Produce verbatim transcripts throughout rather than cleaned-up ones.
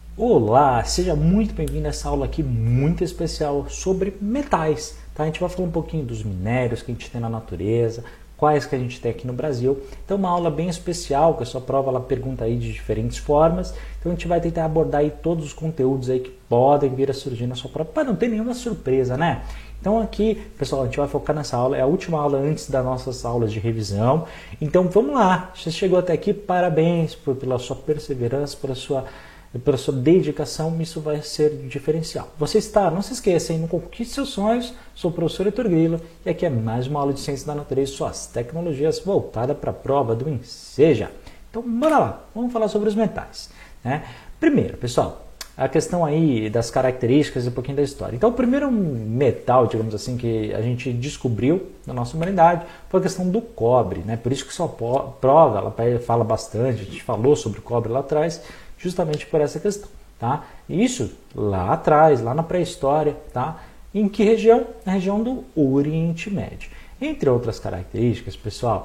Olá, seja muito bem-vindo a essa aula aqui muito especial sobre metais, tá? A gente vai falar um pouquinho dos minérios que a gente tem na natureza, quais que a gente tem aqui no Brasil. Então uma aula bem especial, que a sua prova ela pergunta aí de diferentes formas. Então a gente vai tentar abordar aí todos os conteúdos aí que podem vir a surgir na sua prova, para não ter nenhuma surpresa, né? Então aqui, pessoal, a gente vai focar nessa aula, é a última aula antes das nossas aulas de revisão. Então vamos lá, você chegou até aqui, parabéns por, pela sua perseverança, pela sua pela sua dedicação, isso vai ser diferencial. Você está, não se esqueça, não conquiste seus sonhos. Sou o professor Heitor Grilo e aqui é mais uma aula de Ciência da Natureza e suas tecnologias voltada para a prova do Enseja. Então, bora lá, vamos falar sobre os metais, né? Primeiro, pessoal, a questão aí das características e um pouquinho da história. Então, o primeiro metal, digamos assim, que a gente descobriu na nossa humanidade foi a questão do cobre, né? Por isso que sua prova ela fala bastante, a gente falou sobre o cobre lá atrás, justamente por essa questão, tá? Isso lá atrás, lá na pré-história, tá? Em que região? Na região do Oriente Médio. Entre outras características, pessoal,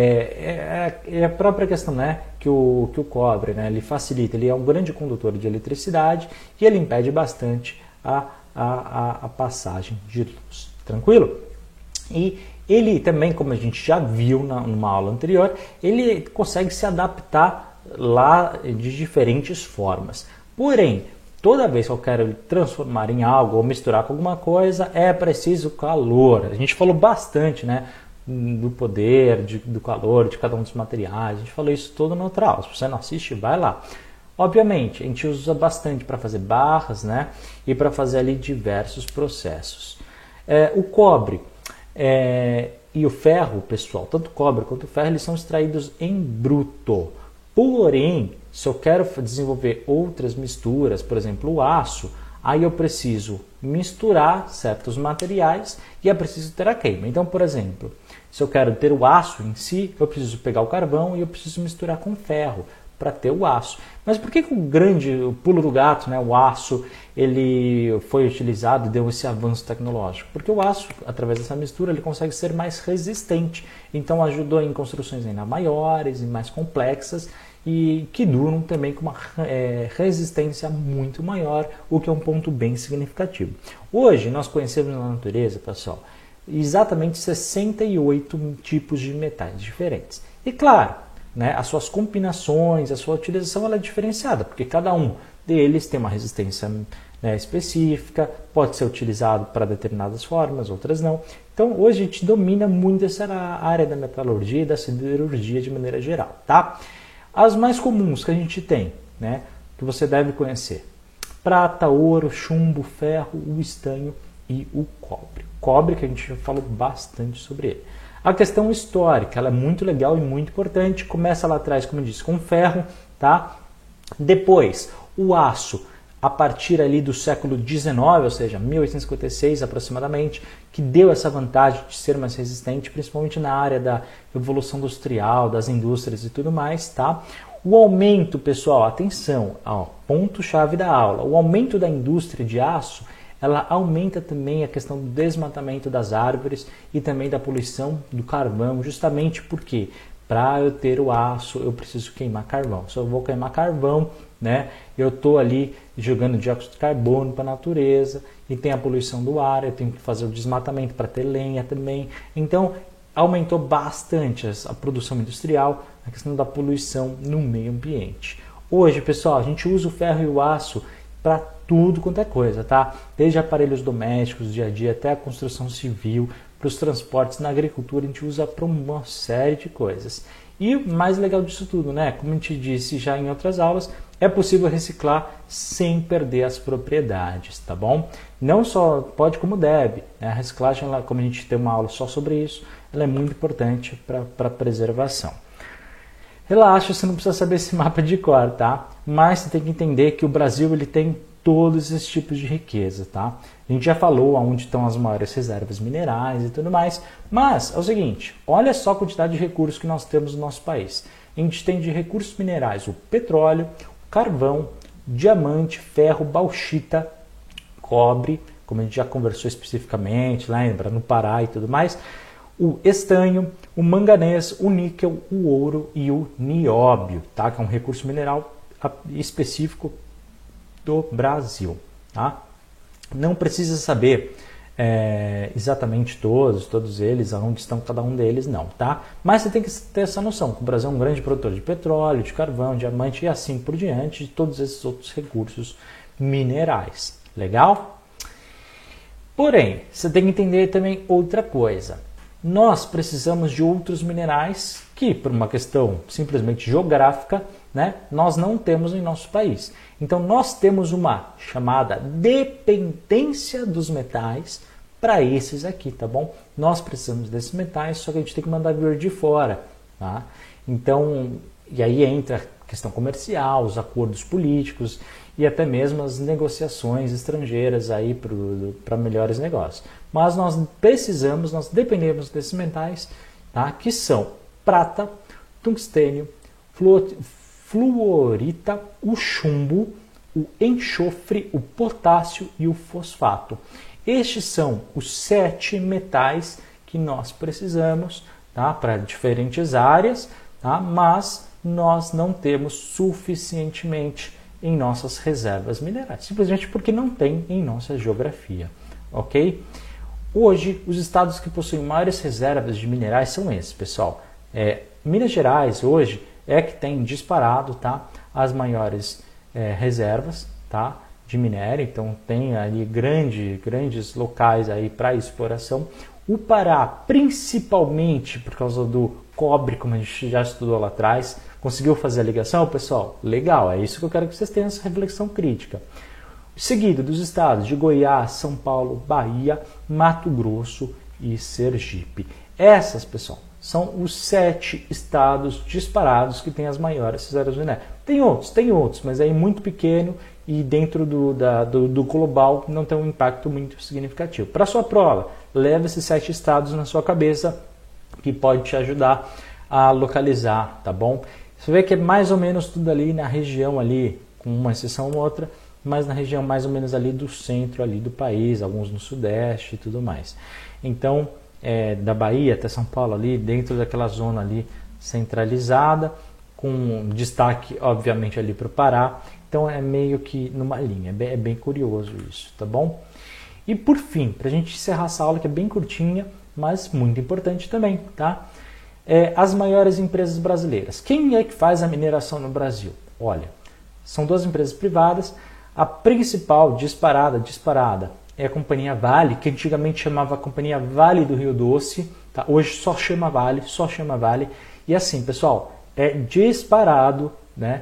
é, é, é a própria questão, né? Que o, que o cobre, né? Ele facilita, ele é um grande condutor de eletricidade e ele impede bastante a, a, a passagem de luz. Tranquilo? E ele também, como a gente já viu na, numa aula anterior, ele consegue se adaptar lá de diferentes formas. Porém, toda vez que eu quero transformar em algo ou misturar com alguma coisa, é preciso calor. A gente falou bastante, né, do poder, de, do calor de cada um dos materiais. A gente falou isso todo no outra aula. Se você não assiste, vai lá. Obviamente, a gente usa bastante para fazer barras, né, e para fazer ali diversos processos. É, o cobre é, e o ferro, pessoal, tanto o cobre quanto o ferro, eles são extraídos em bruto. Porém, se eu quero desenvolver outras misturas, por exemplo, o aço, aí eu preciso misturar certos materiais e é preciso ter a queima. Então, por exemplo, se eu quero ter o aço em si, eu preciso pegar o carvão e eu preciso misturar com ferro para ter o aço. Mas por que, que o grande o pulo do gato, né, o aço, ele foi utilizado e deu esse avanço tecnológico? Porque o aço, através dessa mistura, ele consegue ser mais resistente. Então ajudou em construções ainda maiores e mais complexas e que duram também com uma é, resistência muito maior, o que é um ponto bem significativo. Hoje nós conhecemos na natureza, pessoal, exatamente sessenta e oito tipos de metais diferentes. E claro, né, as suas combinações, a sua utilização ela é diferenciada, porque cada um deles tem uma resistência, né, específica, pode ser utilizado para determinadas formas, outras não. Então hoje a gente domina muito essa área da metalurgia e da siderurgia de maneira geral, tá? As mais comuns que a gente tem, né, que você deve conhecer: prata, ouro, chumbo, ferro, o estanho e o cobre. Cobre, que a gente já falou bastante sobre ele. A questão histórica, ela é muito legal e muito importante. Começa lá atrás, como eu disse, com ferro, tá? Depois, o aço, a partir ali do século dezenove, ou seja, mil oitocentos e cinquenta e seis aproximadamente, que deu essa vantagem de ser mais resistente, principalmente na área da evolução industrial, das indústrias e tudo mais, tá? O aumento, pessoal, atenção, ó, ponto-chave da aula, o aumento da indústria de aço, ela aumenta também a questão do desmatamento das árvores e também da poluição do carvão, justamente porque para eu ter o aço eu preciso queimar carvão. Se eu vou queimar carvão, né, eu estou ali jogando dióxido de carbono para a natureza e tem a poluição do ar, eu tenho que fazer o desmatamento para ter lenha também. Então aumentou bastante a produção industrial, a questão da poluição no meio ambiente. Hoje, pessoal, a gente usa o ferro e o aço para tudo quanto é coisa, tá? Desde aparelhos domésticos, dia a dia, até a construção civil, para os transportes, na agricultura, a gente usa para uma série de coisas. E o mais legal disso tudo, né? Como a gente disse já em outras aulas, é possível reciclar sem perder as propriedades, tá bom? Não só pode como deve, né? A reciclagem, ela, como a gente tem uma aula só sobre isso, ela é muito importante para a preservação. Relaxa, você não precisa saber esse mapa de cor, tá? Mas você tem que entender que o Brasil ele tem todos esses tipos de riqueza, tá? A gente já falou onde estão as maiores reservas minerais e tudo mais, mas é o seguinte, olha só a quantidade de recursos que nós temos no nosso país. A gente tem de recursos minerais o petróleo, o carvão, diamante, ferro, bauxita, cobre, como a gente já conversou especificamente, lembra, no Pará e tudo mais, o estanho, o manganês, o níquel, o ouro e o nióbio, tá? Que é um recurso mineral específico do Brasil, tá? Não precisa saber é, exatamente todos, todos eles, aonde estão cada um deles, não, tá? Mas você tem que ter essa noção, que o Brasil é um grande produtor de petróleo, de carvão, diamante e assim por diante, de todos esses outros recursos minerais, legal? Porém, você tem que entender também outra coisa. Nós precisamos de outros minerais que, por uma questão simplesmente geográfica, né, nós não temos em nosso país. Então, nós temos uma chamada dependência dos metais para esses aqui, tá bom? Nós precisamos desses metais, só que a gente tem que mandar vir de fora, tá? Então, e aí entra a questão comercial, os acordos políticos e até mesmo as negociações estrangeiras aí para melhores negócios. Mas nós precisamos, nós dependemos desses metais, tá? Que são prata, tungstênio, fluorita, o chumbo, o enxofre, o potássio e o fosfato. Estes são os sete metais que nós precisamos, tá? Para diferentes áreas, tá? Mas nós não temos suficientemente em nossas reservas minerais, simplesmente porque não tem em nossa geografia, ok? Hoje, os estados que possuem maiores reservas de minerais são esses, pessoal. É, Minas Gerais, hoje, é que tem disparado, tá, as maiores é, reservas, tá, de minério. Então, tem ali grande, grandes locais aí para exploração. O Pará, principalmente por causa do cobre, como a gente já estudou lá atrás. Conseguiu fazer a ligação, pessoal? Legal, é isso que eu quero que vocês tenham, essa reflexão crítica. Seguido dos estados de Goiás, São Paulo, Bahia, Mato Grosso e Sergipe. Essas, pessoal, são os sete estados disparados que têm as maiores reservas minerais. Tem outros, tem outros, mas aí muito pequeno e dentro do, da, do, do global não tem um impacto muito significativo. Para a sua prova, leve esses sete estados na sua cabeça, que pode te ajudar a localizar, tá bom? Você vê que é mais ou menos tudo ali na região ali, com uma exceção ou outra, mas na região mais ou menos ali do centro ali do país, alguns no sudeste e tudo mais. Então, é, da Bahia até São Paulo ali, dentro daquela zona ali centralizada, com destaque, obviamente, ali para o Pará. Então, é meio que numa linha, é bem, é bem curioso isso, tá bom? E por fim, para a gente encerrar essa aula, que é bem curtinha, mas muito importante também, tá? É, as maiores empresas brasileiras. Quem é que faz a mineração no Brasil? Olha, são duas empresas privadas. A principal, disparada, disparada, é a Companhia Vale, que antigamente chamava Companhia Vale do Rio Doce, tá? Hoje só chama Vale, só chama Vale. E assim, pessoal, é disparado, né,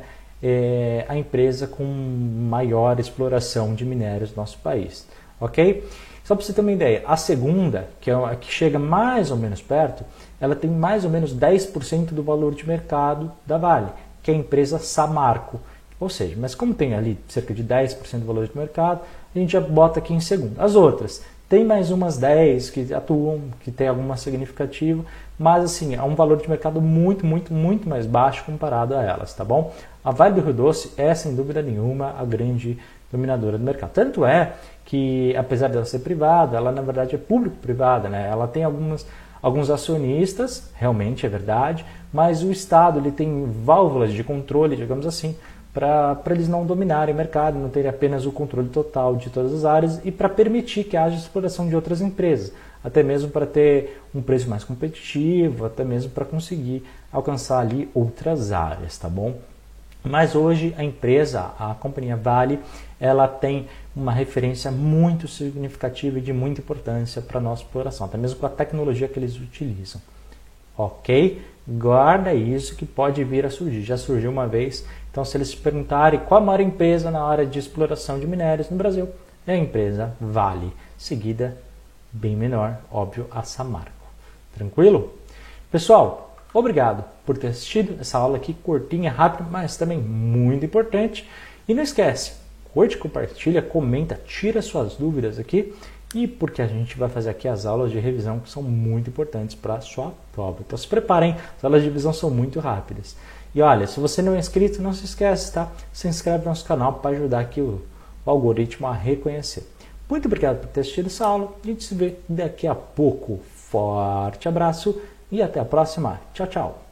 é a empresa com maior exploração de minérios no nosso país, ok? Só para você ter uma ideia, a segunda, que é a que chega mais ou menos perto, ela tem mais ou menos dez por cento do valor de mercado da Vale, que é a empresa Samarco. Ou seja, mas como tem ali cerca de dez por cento do valor de mercado, a gente já bota aqui em segundo. As outras, tem mais umas dez que atuam, que tem alguma significativa, mas assim, é um valor de mercado muito, muito, muito mais baixo comparado a elas, tá bom? A Vale do Rio Doce é, sem dúvida nenhuma, a grande dominadora do mercado. Tanto é que, apesar dela ser privada, ela na verdade é público-privada, né? Ela tem algumas, alguns acionistas, realmente é verdade, mas o Estado ele tem válvulas de controle, digamos assim, para eles não dominarem o mercado, não terem apenas o controle total de todas as áreas e para permitir que haja exploração de outras empresas, até mesmo para ter um preço mais competitivo, até mesmo para conseguir alcançar ali outras áreas, tá bom? Mas hoje a empresa, a Companhia Vale, ela tem uma referência muito significativa e de muita importância para a nossa exploração, até mesmo com a tecnologia que eles utilizam. Ok? Guarda isso que pode vir a surgir. Já surgiu uma vez. Então, se eles te perguntarem qual a maior empresa na área de exploração de minérios no Brasil, é a empresa Vale. Seguida, bem menor, óbvio, a Samarco. Tranquilo? Pessoal, obrigado por ter assistido essa aula aqui, curtinha, rápida, mas também muito importante. E não esquece, curte, compartilha, comenta, tira suas dúvidas aqui. E porque a gente vai fazer aqui as aulas de revisão que são muito importantes para a sua prova. Então se preparem, as aulas de revisão são muito rápidas. E olha, se você não é inscrito, não se esquece, tá? Se inscreve no nosso canal para ajudar aqui o, o algoritmo a reconhecer. Muito obrigado por ter assistido essa aula. A gente se vê daqui a pouco. Forte abraço e até a próxima. Tchau, tchau.